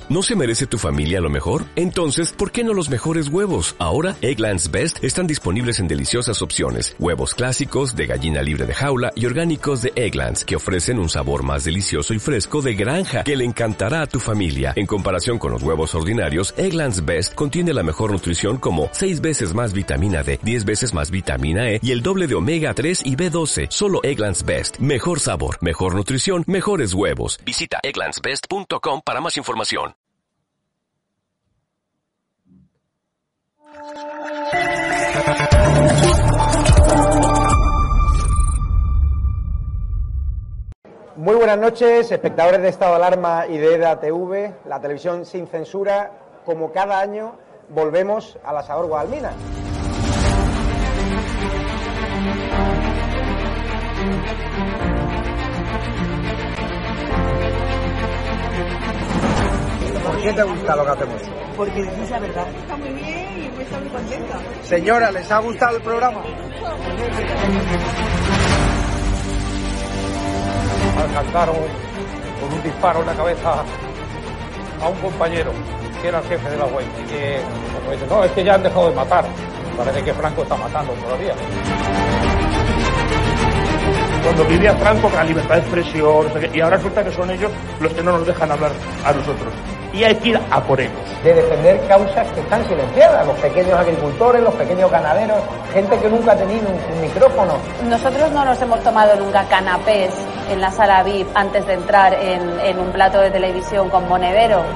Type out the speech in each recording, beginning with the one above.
¿No se merece tu familia lo mejor? Entonces, ¿por qué no los mejores huevos? Ahora, Eggland's Best están disponibles en deliciosas opciones. Huevos clásicos, de gallina libre de jaula y orgánicos de Eggland's, que ofrecen un sabor más delicioso y fresco de granja que le encantará a tu familia. En comparación con los huevos ordinarios, Eggland's Best contiene la mejor nutrición como 6 veces más vitamina D, 10 veces más vitamina E y el doble de omega 3 y B12. Solo Eggland's Best. Mejor sabor, mejor nutrición, mejores huevos. Visita egglandsbest.com para más información. Muy buenas noches, espectadores de Estado de Alarma y de EDA-TV, la televisión sin censura. Como cada año, volvemos al Asador Guadalmina. ¿Por qué te gusta lo que hacemos? Porque dices la verdad. Está muy bien y estoy muy contenta. Señora, ¿les ha gustado el programa? Alcanzaron con un disparo en la cabeza a un compañero que era el jefe de la UEI y que como dice, no, es que ya han dejado de matar. Parece que Franco está matando todavía. Cuando vivía Franco con la libertad de expresión, y ahora resulta que son ellos los que no nos dejan hablar a nosotros. Y hay que ir a por ellos. De defender causas que están silenciadas, los pequeños agricultores, los pequeños ganaderos, gente que nunca ha tenido un micrófono. Nosotros no nos hemos tomado nunca canapés en la sala VIP antes de entrar en un plato de televisión con monedero.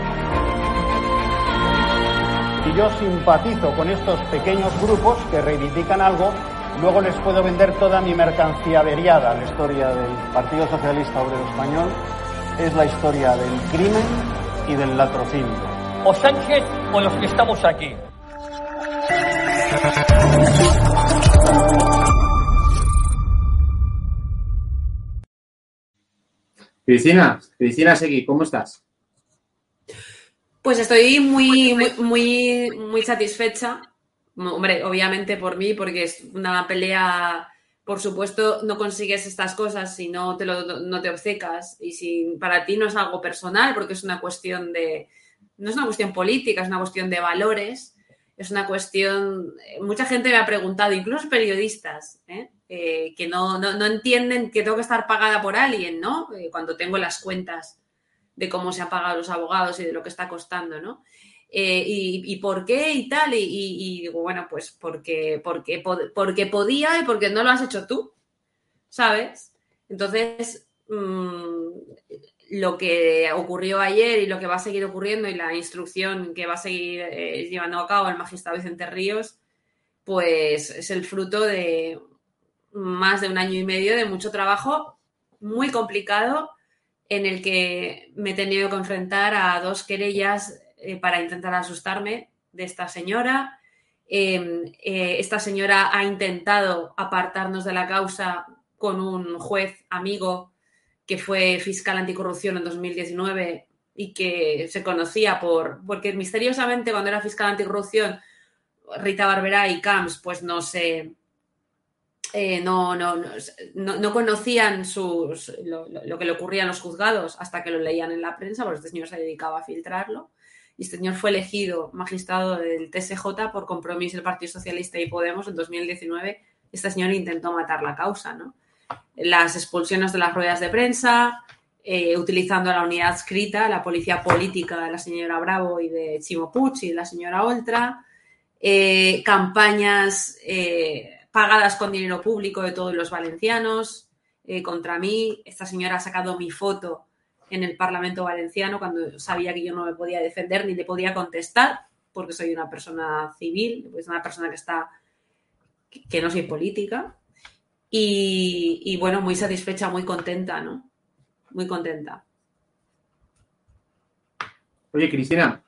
Si yo simpatizo con estos pequeños grupos que reivindican algo, luego les puedo vender toda mi mercancía averiada. La historia del Partido Socialista Obrero Español es la historia del crimen y del latrocinio. O Sánchez o los que estamos aquí. Cristina Seguí, ¿cómo estás? Pues estoy muy satisfecha. Hombre, obviamente por mí, porque es una pelea. Por supuesto, no consigues estas cosas si no te obcecas y si para ti no es algo personal, porque es una cuestión no es una cuestión política, es una cuestión de valores, es una cuestión. Mucha gente me ha preguntado, incluso periodistas, que no entienden que tengo que estar pagada por alguien, ¿no? Cuando tengo las cuentas de cómo se han pagado los abogados y de lo que está costando, ¿no? Y por qué y tal, y digo, bueno, pues porque podía y porque no lo has hecho tú, ¿sabes? Entonces, lo que ocurrió ayer y lo que va a seguir ocurriendo y la instrucción que va a seguir llevando a cabo el magistrado Vicente Ríos, pues es el fruto de más de 1 año y medio de mucho trabajo muy complicado en el que me he tenido que enfrentar a 2 querellas para intentar asustarme de esta señora. Esta señora ha intentado apartarnos de la causa con un juez amigo que fue fiscal anticorrupción en 2019 y que se conocía porque misteriosamente cuando era fiscal anticorrupción Rita Barberá y Camps pues no conocían lo que le ocurría en los juzgados hasta que lo leían en la prensa, porque este señor se dedicaba a filtrarlo. Y este señor fue elegido magistrado del TSJ por Compromís del Partido Socialista y Podemos en 2019. Este señor intentó matar la causa, ¿no? Las expulsiones de las ruedas de prensa, utilizando la unidad adscrita, la policía política de la señora Bravo y de Chimo Puig y de la señora Oltra, campañas pagadas con dinero público de todos los valencianos contra mí. Esta señora ha sacado mi foto en el Parlamento valenciano cuando sabía que yo no me podía defender ni le podía contestar porque soy una persona civil, pues una persona que no soy política y bueno, muy satisfecha, muy contenta, ¿no? Muy contenta. Oye, Cristina,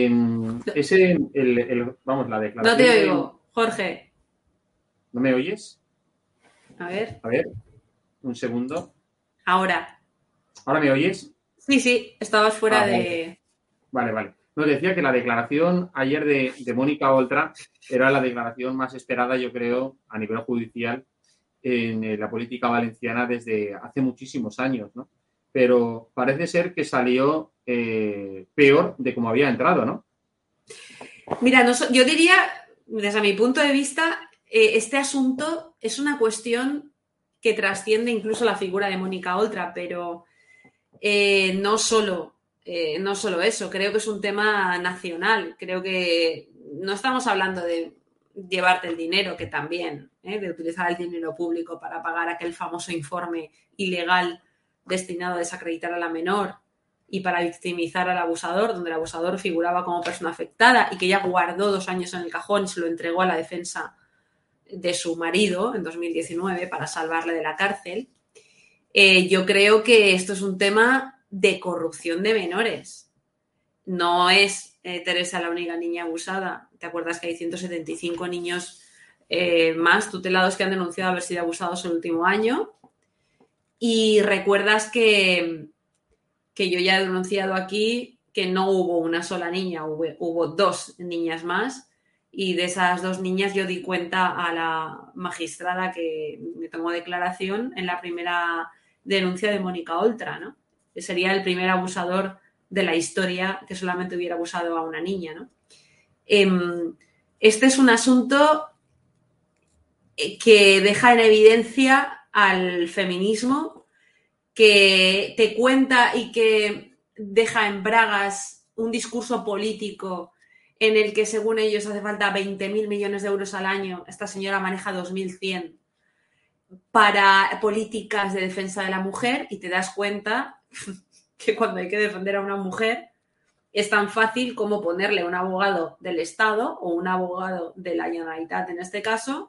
vamos, la declaración... No te oigo, Jorge. ¿No me oyes? A ver, un segundo. Ahora. ¿Ahora me oyes? Sí, estabas fuera de... Vale. No, decía que la declaración ayer de Mónica Oltra era la declaración más esperada, yo creo, a nivel judicial en la política valenciana desde hace muchísimos años, ¿no? pero parece ser que salió peor de como había entrado, ¿no? Mira, yo diría, desde mi punto de vista, este asunto es una cuestión que trasciende incluso la figura de Mónica Oltra, pero no solo eso, creo que es un tema nacional. Creo que no estamos hablando de llevarte el dinero, que también, de utilizar el dinero público para pagar aquel famoso informe ilegal destinado a desacreditar a la menor y para victimizar al abusador, donde el abusador figuraba como persona afectada y que ella guardó 2 años en el cajón y se lo entregó a la defensa de su marido en 2019 para salvarle de la cárcel. Yo creo que esto es un tema de corrupción de menores. No es Teresa la única niña abusada. ¿Te acuerdas que hay 175 niños más tutelados que han denunciado haber sido abusados el último año? Y recuerdas que yo ya he denunciado aquí que no hubo una sola niña, hubo 2 niñas más, y de esas 2 niñas yo di cuenta a la magistrada que me tomó declaración en la primera denuncia de Mónica Oltra, ¿no? Que sería el primer abusador de la historia que solamente hubiera abusado a una niña, ¿no? Este es un asunto que deja en evidencia al feminismo, que te cuenta y que deja en bragas un discurso político en el que, según ellos, hace falta 20.000 millones de euros al año. Esta señora maneja 2.100 para políticas de defensa de la mujer, y te das cuenta que cuando hay que defender a una mujer es tan fácil como ponerle un abogado del Estado o un abogado de la Generalitat, en este caso,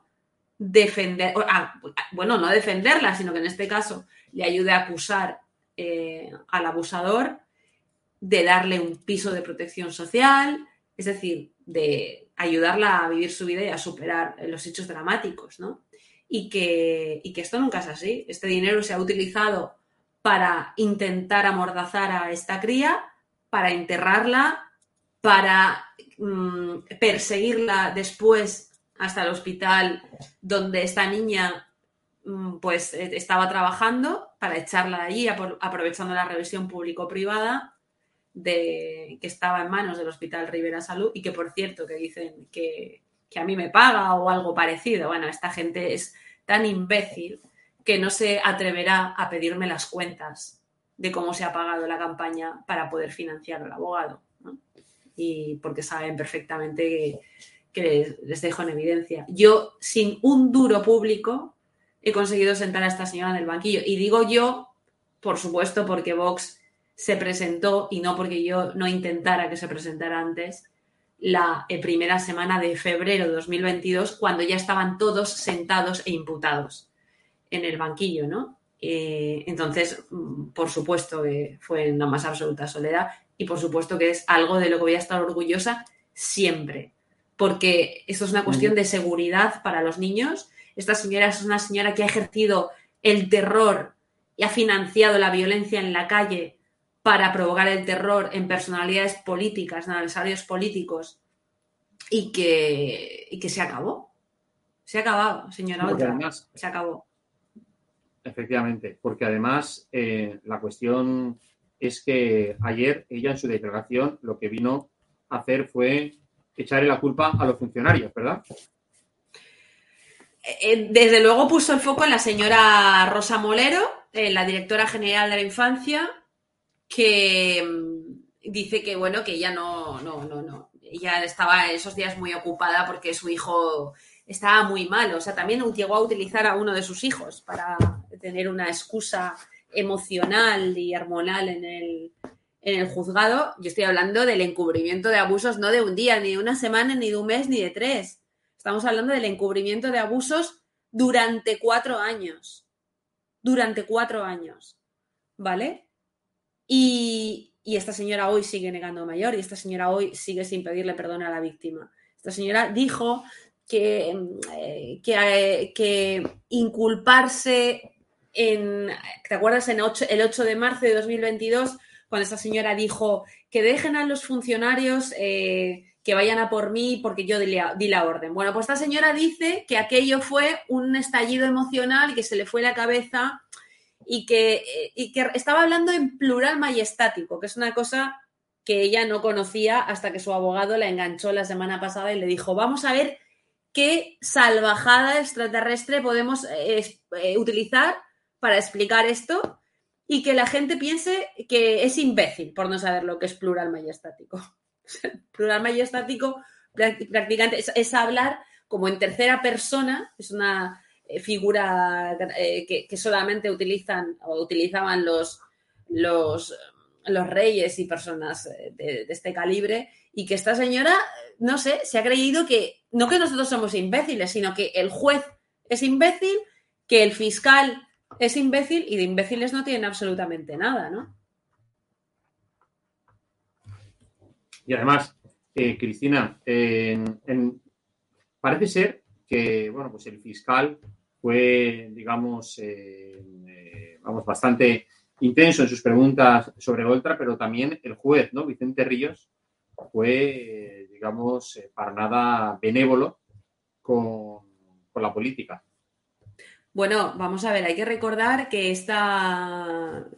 no defenderla, sino que en este caso le ayude a acusar al abusador, de darle un piso de protección social, es decir, de ayudarla a vivir su vida y a superar los hechos dramáticos, ¿no? Y que esto nunca es así. Este dinero se ha utilizado para intentar amordazar a esta cría, para enterrarla, para perseguirla después hasta el hospital donde esta niña pues estaba trabajando, para echarla de allí, aprovechando la revisión público-privada que estaba en manos del Hospital Rivera Salud, y que, por cierto, que dicen que a mí me paga o algo parecido. Bueno, esta gente es tan imbécil que no se atreverá a pedirme las cuentas de cómo se ha pagado la campaña para poder financiar al abogado, ¿no? Y porque saben perfectamente que les dejo en evidencia. Yo, sin un duro público, he conseguido sentar a esta señora en el banquillo. Y digo yo, por supuesto, porque Vox se presentó, y no porque yo no intentara que se presentara antes, la primera semana de febrero de 2022, cuando ya estaban todos sentados e imputados en el banquillo, ¿no? Entonces, por supuesto que fue en la más absoluta soledad, y por supuesto que es algo de lo que voy a estar orgullosa siempre, porque esto es una cuestión de seguridad para los niños. Esta señora es una señora que ha ejercido el terror y ha financiado la violencia en la calle para provocar el terror en personalidades políticas, en adversarios políticos, y que se acabó. Se ha acabado, señora Oltra. Además, se acabó. Efectivamente, porque además la cuestión es que ayer ella, en su declaración, lo que vino a hacer fue echarle la culpa a los funcionarios, ¿verdad? Desde luego puso el foco en la señora Rosa Molero, la directora general de la infancia, que dice que, bueno, que ella no. Ella estaba esos días muy ocupada porque su hijo estaba muy mal. O sea, también llegó a utilizar a uno de sus hijos para tener una excusa emocional y hormonal en el juzgado. Yo estoy hablando del encubrimiento de abusos, no de un día, ni de una semana, ni de un mes, ni de 3. Estamos hablando del encubrimiento de abusos durante 4 años. Durante 4 años. ¿Vale? Y esta señora hoy sigue negando mayor, y esta señora hoy sigue sin pedirle perdón a la víctima. Esta señora dijo que inculparse ¿te acuerdas? El 8 de marzo de 2022, cuando esta señora dijo que dejen a los funcionarios que vayan a por mí porque yo di la orden. Bueno, pues esta señora dice que aquello fue un estallido emocional, que se le fue la cabeza y que estaba hablando en plural majestático, que es una cosa que ella no conocía hasta que su abogado la enganchó la semana pasada y le dijo, vamos a ver qué salvajada extraterrestre podemos utilizar para explicar esto y que la gente piense que es imbécil por no saber lo que es plural majestático. Plural majestático prácticamente es hablar como en tercera persona, es una figura que solamente utilizaban los reyes y personas de este calibre, y que esta señora, no sé, se ha creído que, no que nosotros somos imbéciles, sino que el juez es imbécil, que el fiscal es imbécil, y de imbéciles no tienen absolutamente nada, ¿no? Y además, Cristina, parece ser que, bueno, pues el fiscal fue, digamos, bastante intenso en sus preguntas sobre Oltra, pero también el juez, ¿no? Vicente Ríos, fue, digamos, para nada benévolo con la política. Bueno, vamos a ver, hay que recordar que esta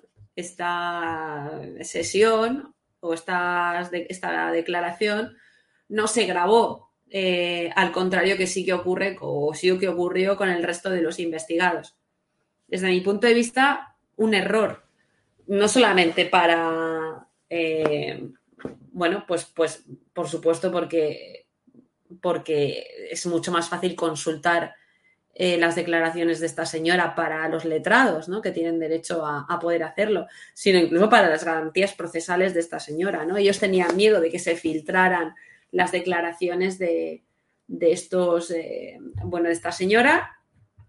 sesión o esta declaración no se grabó, al contrario que sí que ocurre o sí que ocurrió con el resto de los investigados. Desde mi punto de vista, un error. No solamente para, bueno, pues por supuesto porque es mucho más fácil consultar las declaraciones de esta señora para los letrados, ¿no? Que tienen derecho a poder hacerlo, sino incluso para las garantías procesales de esta señora, ¿no? Ellos tenían miedo de que se filtraran las declaraciones de estos, bueno, de esta señora,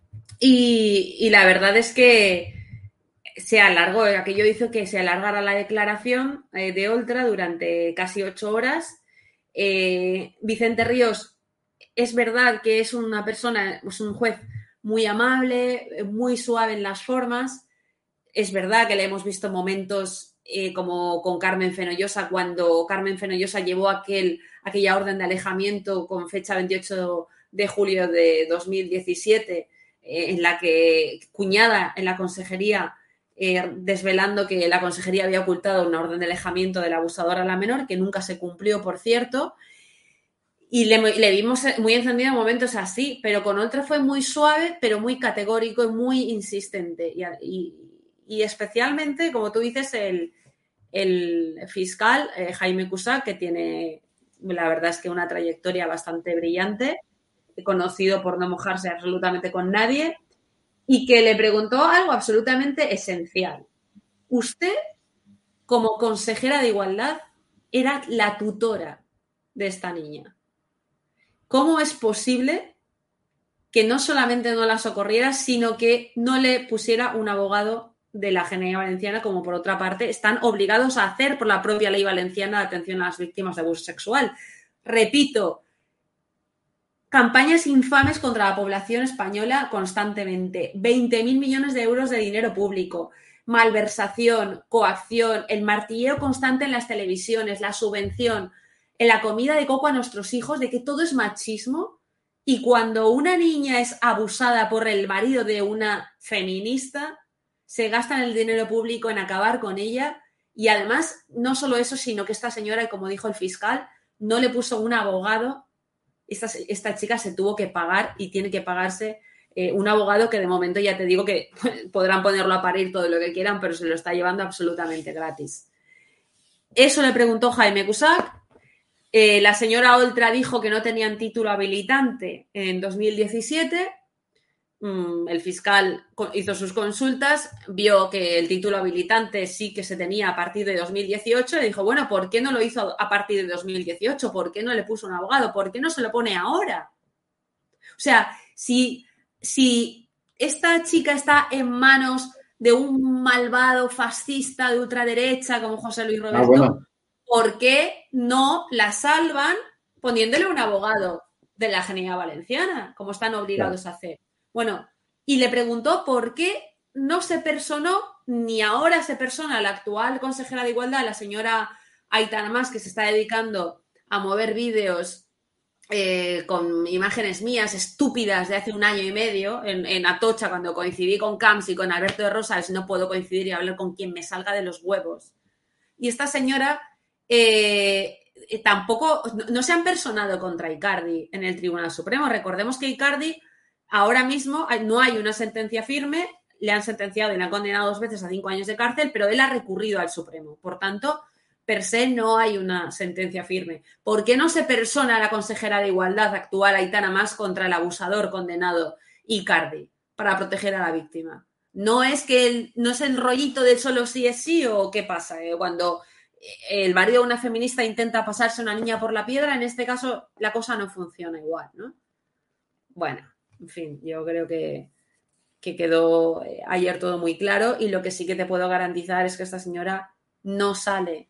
y la verdad es que se alargó, aquello hizo que se alargara la declaración de Oltra durante casi 8 horas. Vicente Ríos, es verdad que es una persona, es un juez muy amable, muy suave en las formas. Es verdad que le hemos visto momentos como con Carmen Fenollosa, cuando Carmen Fenollosa llevó aquella orden de alejamiento con fecha 28 de julio de 2017, en la que cuñada en la consejería, desvelando que la consejería había ocultado una orden de alejamiento del abusador a la menor, que nunca se cumplió, por cierto. Y le vimos muy encendido en momentos así, pero con Oltra fue muy suave, pero muy categórico y muy insistente. Y especialmente, como tú dices, el fiscal Jaime Cusack, que tiene, la verdad es que una trayectoria bastante brillante, conocido por no mojarse absolutamente con nadie, y que le preguntó algo absolutamente esencial. Usted, como consejera de Igualdad, era la tutora de esta niña. ¿Cómo es posible que no solamente no la socorriera, sino que no le pusiera un abogado de la Generalidad Valenciana, como por otra parte están obligados a hacer por la propia ley valenciana de atención a las víctimas de abuso sexual? Repito, campañas infames contra la población española constantemente, 20.000 millones de euros de dinero público, malversación, coacción, el martilleo constante en las televisiones, la subvención, en la comida de coco a nuestros hijos, de que todo es machismo, y cuando una niña es abusada por el marido de una feminista, se gastan el dinero público en acabar con ella, y además no solo eso, sino que esta señora, como dijo el fiscal, no le puso un abogado. Esta chica se tuvo que pagar y tiene que pagarse un abogado que de momento ya te digo que podrán ponerlo a parir todo lo que quieran, pero se lo está llevando absolutamente gratis. Eso le preguntó Jaime Cusack. La señora Oltra dijo que no tenían título habilitante en 2017. El fiscal hizo sus consultas, vio que el título habilitante sí que se tenía a partir de 2018 y dijo, bueno, ¿por qué no lo hizo a partir de 2018? ¿Por qué no le puso un abogado? ¿Por qué no se lo pone ahora? O sea, si esta chica está en manos de un malvado fascista de ultraderecha como José Luis Roberto, bueno, ¿por qué no la salvan poniéndole un abogado de la Generalidad Valenciana, como están obligados a hacer? Bueno, y le preguntó por qué no se personó, ni ahora se persona la actual consejera de Igualdad, la señora Aitana Mas, que se está dedicando a mover vídeos con imágenes mías estúpidas de hace un año y medio en Atocha, cuando coincidí con Camps y con Alberto de Rosas, no puedo coincidir y hablar con quien me salga de los huevos. Y esta señora tampoco, no se han personado contra Icardi en el Tribunal Supremo. Recordemos que Icardi ahora mismo no hay una sentencia firme, le han sentenciado y le han condenado 2 veces a 5 años de cárcel, pero él ha recurrido al Supremo. Por tanto, per se no hay una sentencia firme. ¿Por qué no se persona la consejera de Igualdad actual, Aitana Mas, contra el abusador condenado Icardi para proteger a la víctima? ¿No es que no es el rollito de solo sí es sí o qué pasa? Cuando el marido de una feminista intenta pasarse a una niña por la piedra, en este caso la cosa no funciona igual, ¿no? Bueno, en fin, yo creo que quedó ayer todo muy claro, y lo que sí que te puedo garantizar es que esta señora no sale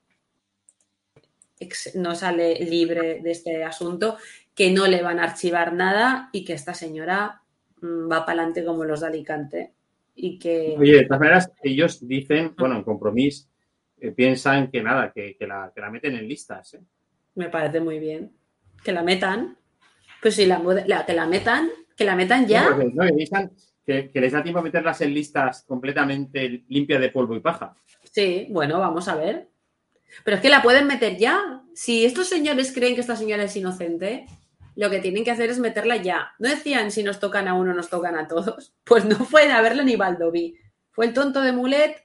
libre de este asunto, que no le van a archivar nada y que esta señora va para adelante como los de Alicante. Y que... Oye, de todas maneras, ellos dicen, bueno, en Compromís, piensan que nada, que la meten en listas, ¿eh? Me parece muy bien. Que la metan. Pues si que la metan ya. No, que piensan que les da tiempo a meterlas en listas completamente limpias de polvo y paja. Sí, bueno, vamos a ver. Pero es que la pueden meter ya. Si estos señores creen que esta señora es inocente, lo que tienen que hacer es meterla ya. No decían si nos tocan a uno, nos tocan a todos. Pues no fue a verlo ni Baldoví. Fue el tonto de Mulet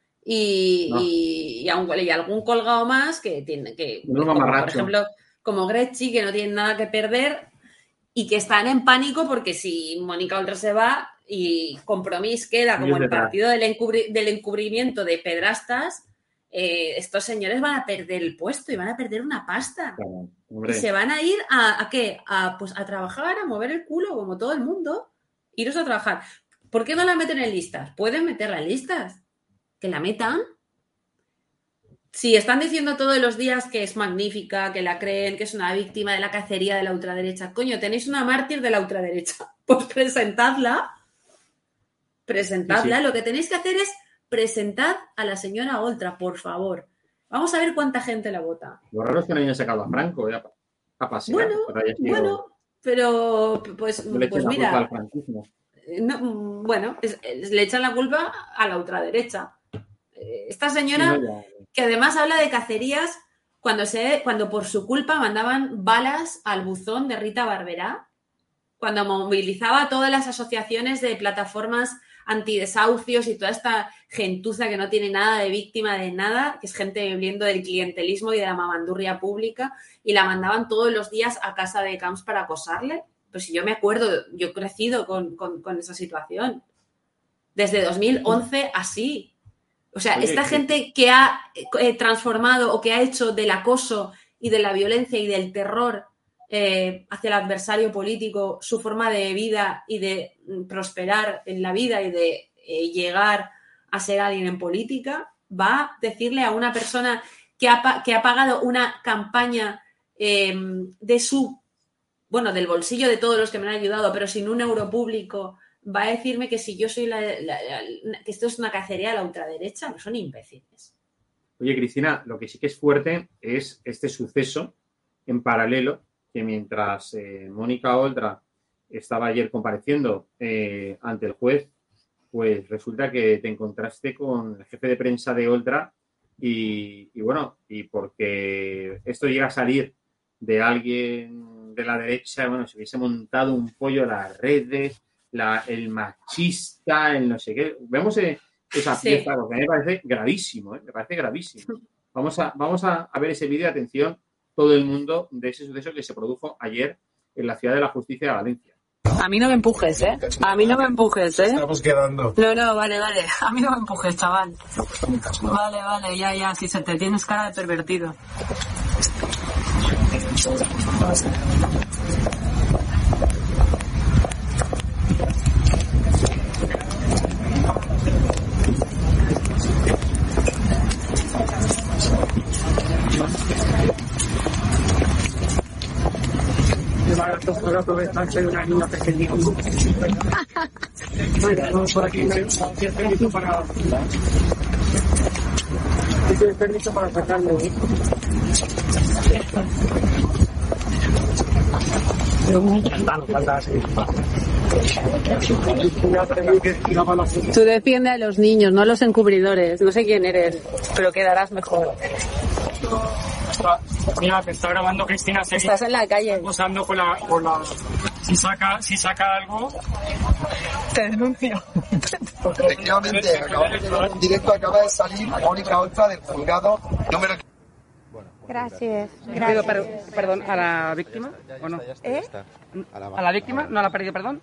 y algún colgado más que tiene que... por ejemplo, como Gretzi, que no tienen nada que perder y que están en pánico porque si Mónica Oltra se va y Compromís queda como el partido del encubrimiento de pedrastas, estos señores van a perder el puesto y van a perder una pasta. Claro, y se van a ir ¿a qué? Pues a trabajar, a mover el culo, como todo el mundo. Iros a trabajar. ¿Por qué no la meten en listas? Pueden meterla en listas. Que la metan. Si están diciendo todos los días que es magnífica, que la creen, que es una víctima de la cacería de la ultraderecha, coño, tenéis una mártir de la ultraderecha. Pues presentadla. Presentadla. Sí. Lo que tenéis que hacer es presentad a la señora Oltra, por favor. Vamos a ver cuánta gente la vota. Lo raro es que no hayan sacado a Franco a pasear. Bueno, pero pues mira. No, bueno, le echan la culpa a la ultraderecha. Esta señora, que además habla de cacerías, cuando por su culpa mandaban balas al buzón de Rita Barberá, cuando movilizaba a todas las asociaciones de plataformas antidesahucios y toda esta gentuza que no tiene nada de víctima de nada, que es gente viviendo del clientelismo y de la mamandurria pública, y la mandaban todos los días a casa de Camps para acosarle. Pues si yo me acuerdo, yo he crecido con esa situación. Desde 2011 así. O sea, esta gente que ha transformado o que ha hecho del acoso y de la violencia y del terror hacia el adversario político su forma de vida y de prosperar en la vida y de llegar a ser alguien en política, va a decirle a una persona que ha pagado una campaña de su, bueno, del bolsillo de todos los que me han ayudado, pero sin un euro público, va a decirme que si yo soy que esto es una cacería de la ultraderecha, no son imbéciles. Oye, Cristina, lo que sí que es fuerte es este suceso en paralelo, que mientras Mónica Oltra estaba ayer compareciendo ante el juez, pues resulta que te encontraste con el jefe de prensa de Oltra y bueno, y porque esto llega a salir de alguien de la derecha, bueno, se hubiese montado un pollo en las redes, el machista, el no sé qué. Vemos esa pieza, porque a mí me parece gravísimo, me parece gravísimo. Vamos a ver ese vídeo, atención, todo el mundo, de ese suceso que se produjo ayer en la Ciudad de la Justicia de Valencia. A mí no me empujes, ¿eh? A mí no me empujes, ¿eh? Estamos quedando. No, vale. A mí no me empujes, chaval. Vale, ya. Si se te tienes cara de pervertido. Para aprovecharse de una niña pequeñita. Vamos por aquí, ¿tienes permiso para... ¿Tienes permiso para sacarlo? Tú defiende a los niños, no a los encubridores. No sé quién eres, pero quedarás mejor. Mira, me está grabando Cristina Seguí. Estás en la calle. Posando con la... Si saca algo, te denuncio. Efectivamente, en directo acaba de salir Mónica Oltra del juzgado número... Gracias. ¿Pido perdón a la víctima o no? ¿Eh? ¿A la víctima? ¿No la ha pedido perdón?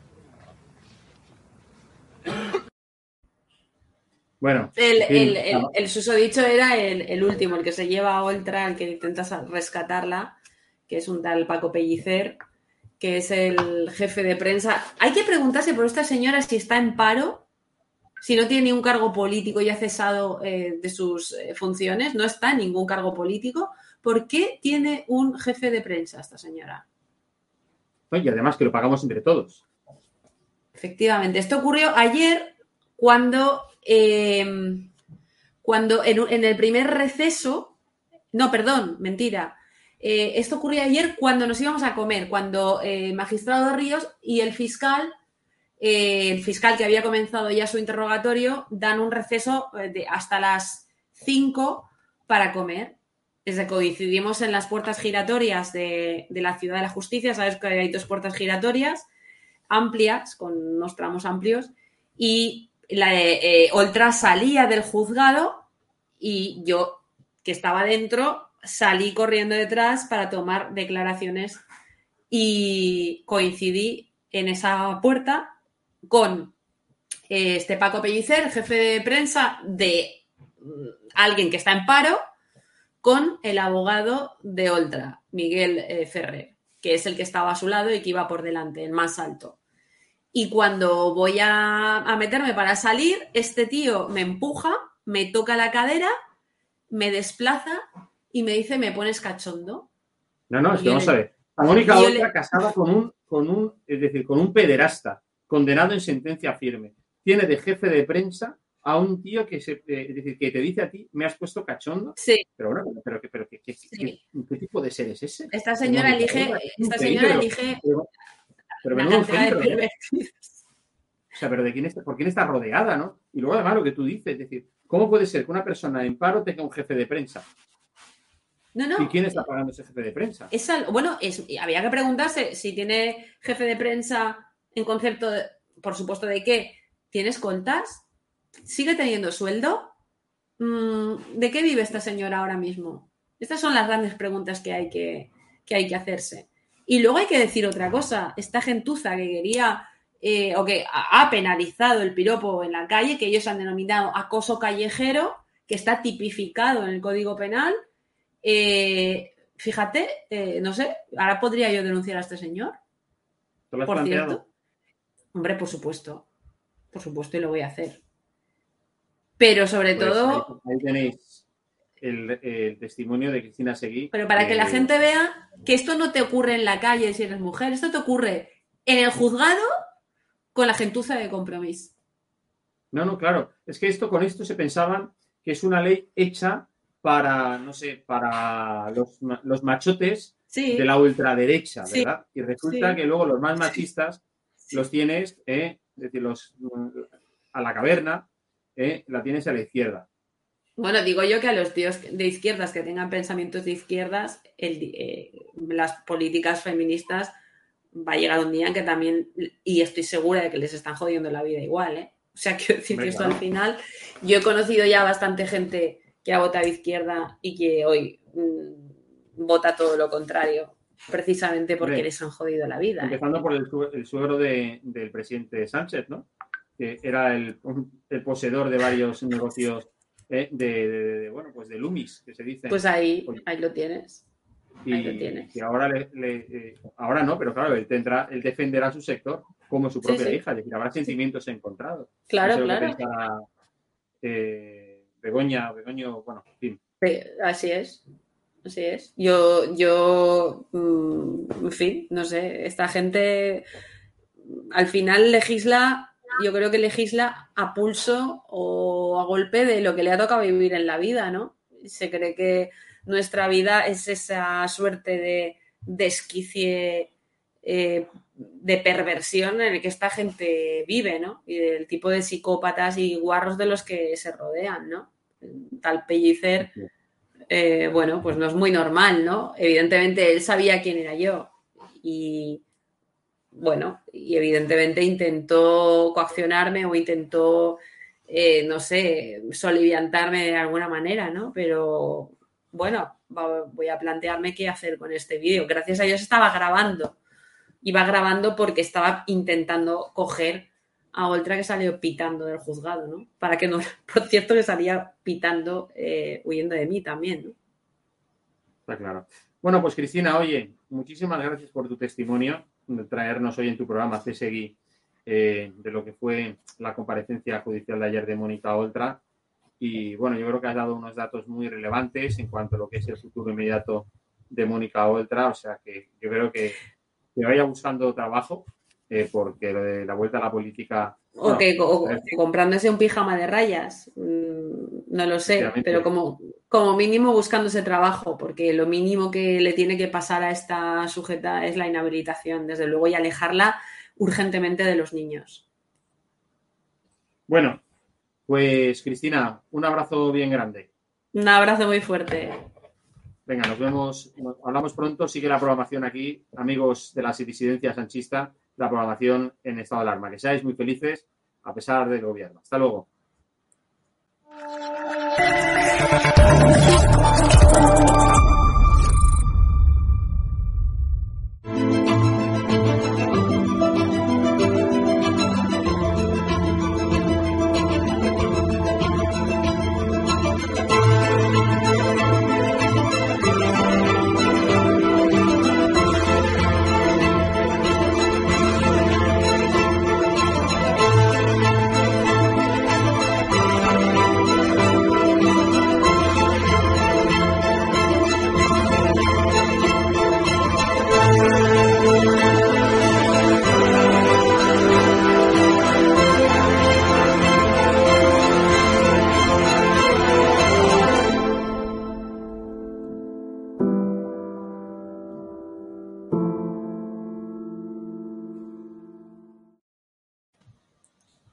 Bueno. El susodicho era el último, el que se lleva a Oltra, el que intenta rescatarla, que es un tal Paco Pellicer, que es el jefe de prensa. Hay que preguntarse por esta señora si está en paro, si no tiene ningún cargo político y ha cesado de sus funciones, no está en ningún cargo político. ¿Por qué tiene un jefe de prensa esta señora? Y además que lo pagamos entre todos. Efectivamente. Esto ocurrió ayer cuando en el primer receso... No, perdón, mentira. Esto ocurrió ayer cuando nos íbamos a comer, cuando el magistrado Ríos y el fiscal que había comenzado ya su interrogatorio, dan un receso hasta las 5 para comer. Desde que coincidimos en las puertas giratorias de la Ciudad de la Justicia, sabes que hay 2 puertas giratorias amplias, con unos tramos amplios, y Oltra salía del juzgado y yo, que estaba dentro, salí corriendo detrás para tomar declaraciones y coincidí en esa puerta con este Paco Pellicer, jefe de prensa de alguien que está en paro, con el abogado de Oltra, Miguel Ferrer, que es el que estaba a su lado y que iba por delante, el más alto. Y cuando voy a meterme para salir, este tío me empuja, me toca la cadera, me desplaza y me dice, ¿me pones cachondo? No, es que vamos a ver. A Mónica Oltra casada con un pederasta, condenado en sentencia firme. Tiene de jefe de prensa a un tío que que te dice a ti, ¿me has puesto cachondo? Sí. Pero bueno, ¿qué tipo de ser es ese? Esta señora elige pero una menudo cantidad de centro, ¿no? pervertidos. O sea, pero ¿por quién está rodeada, no? Y luego además lo que tú dices, es decir, ¿cómo puede ser que una persona en paro tenga un jefe de prensa? No. ¿Y quién está pagando ese jefe de prensa? Había que preguntarse si tiene jefe de prensa en concepto, por supuesto, de que tiene escoltas, sigue teniendo sueldo. ¿De qué vive esta señora ahora mismo? Estas son las grandes preguntas que hay que hacerse. Y luego hay que decir otra cosa. Esta gentuza que quería o que ha penalizado el piropo en la calle, que ellos han denominado acoso callejero, que está tipificado en el Código Penal. Fíjate, no sé, ahora podría yo denunciar a este señor. ¿Te lo has por planteado? cierto. Hombre, por supuesto, y lo voy a hacer. Pero sobre Pues todo... Ahí tenéis el testimonio de Cristina Seguí. Pero para que la gente vea que esto no te ocurre en la calle si eres mujer, esto te ocurre en el juzgado con la gentuza de Compromís. No, claro. Es que con esto se pensaban que es una ley hecha para, no sé, para los machotes de la ultraderecha, ¿verdad? Y resulta que luego los más machistas los tienes, es decir, a la caverna, la tienes a la izquierda. Bueno, digo yo que a los tíos de izquierdas que tengan pensamientos de izquierdas, las políticas feministas va a llegar un día en que también, y estoy segura de que les están jodiendo la vida igual, ¿eh? O sea, quiero decir que esto al final, yo he conocido ya bastante gente que ha votado izquierda y que hoy vota todo lo contrario, precisamente porque les han jodido la vida. Empezando por el suegro del presidente Sánchez, ¿no? Que era el poseedor de varios negocios de Lumis, que se dice. Pues ahí lo tienes. Y ahora ahora no, pero claro, él defenderá su sector como su propia hija, es decir, habrá sentimientos encontrados. Claro, no sé claro. Lo que pensará, Begoño, bueno, en fin. Así es. Yo, en fin, no sé, esta gente al final legisla. Yo creo que legisla a pulso o a golpe de lo que le ha tocado vivir en la vida, ¿no? Se cree que nuestra vida es esa suerte de desquicie de perversión en el que esta gente vive, ¿no? Y del tipo de psicópatas y guarros de los que se rodean, ¿no? Tal Pellicer, bueno, pues no es muy normal, ¿no? Evidentemente él sabía quién era yo y, bueno, y evidentemente intentó coaccionarme o intentó, no sé, soliviantarme de alguna manera, ¿no? Pero, bueno, voy a plantearme qué hacer con este vídeo. Gracias a Dios estaba grabando. Iba grabando porque estaba intentando coger a Oltra, que salió pitando del juzgado, ¿no? Para que no, por cierto, que salía pitando, huyendo de mí también, ¿no? Está claro. Bueno, pues Cristina, oye, muchísimas gracias por tu testimonio, de traernos hoy en tu programa CSGI de lo que fue la comparecencia judicial de ayer de Mónica Oltra. Y bueno, yo creo que has dado unos datos muy relevantes en cuanto a lo que es el futuro inmediato de Mónica Oltra. O sea que yo creo que vaya buscando trabajo, porque lo de la vuelta a la política... O comprándose un pijama de rayas, no lo sé, pero como mínimo buscando ese trabajo, porque lo mínimo que le tiene que pasar a esta sujeta es la inhabilitación, desde luego, y alejarla urgentemente de los niños. Bueno, pues Cristina, un abrazo bien grande. Un abrazo muy fuerte. Venga, nos vemos, hablamos pronto. Sigue la programación aquí, amigos de la disidencia sanchista, la programación en estado de alarma. Que seáis muy felices a pesar del gobierno. Hasta luego.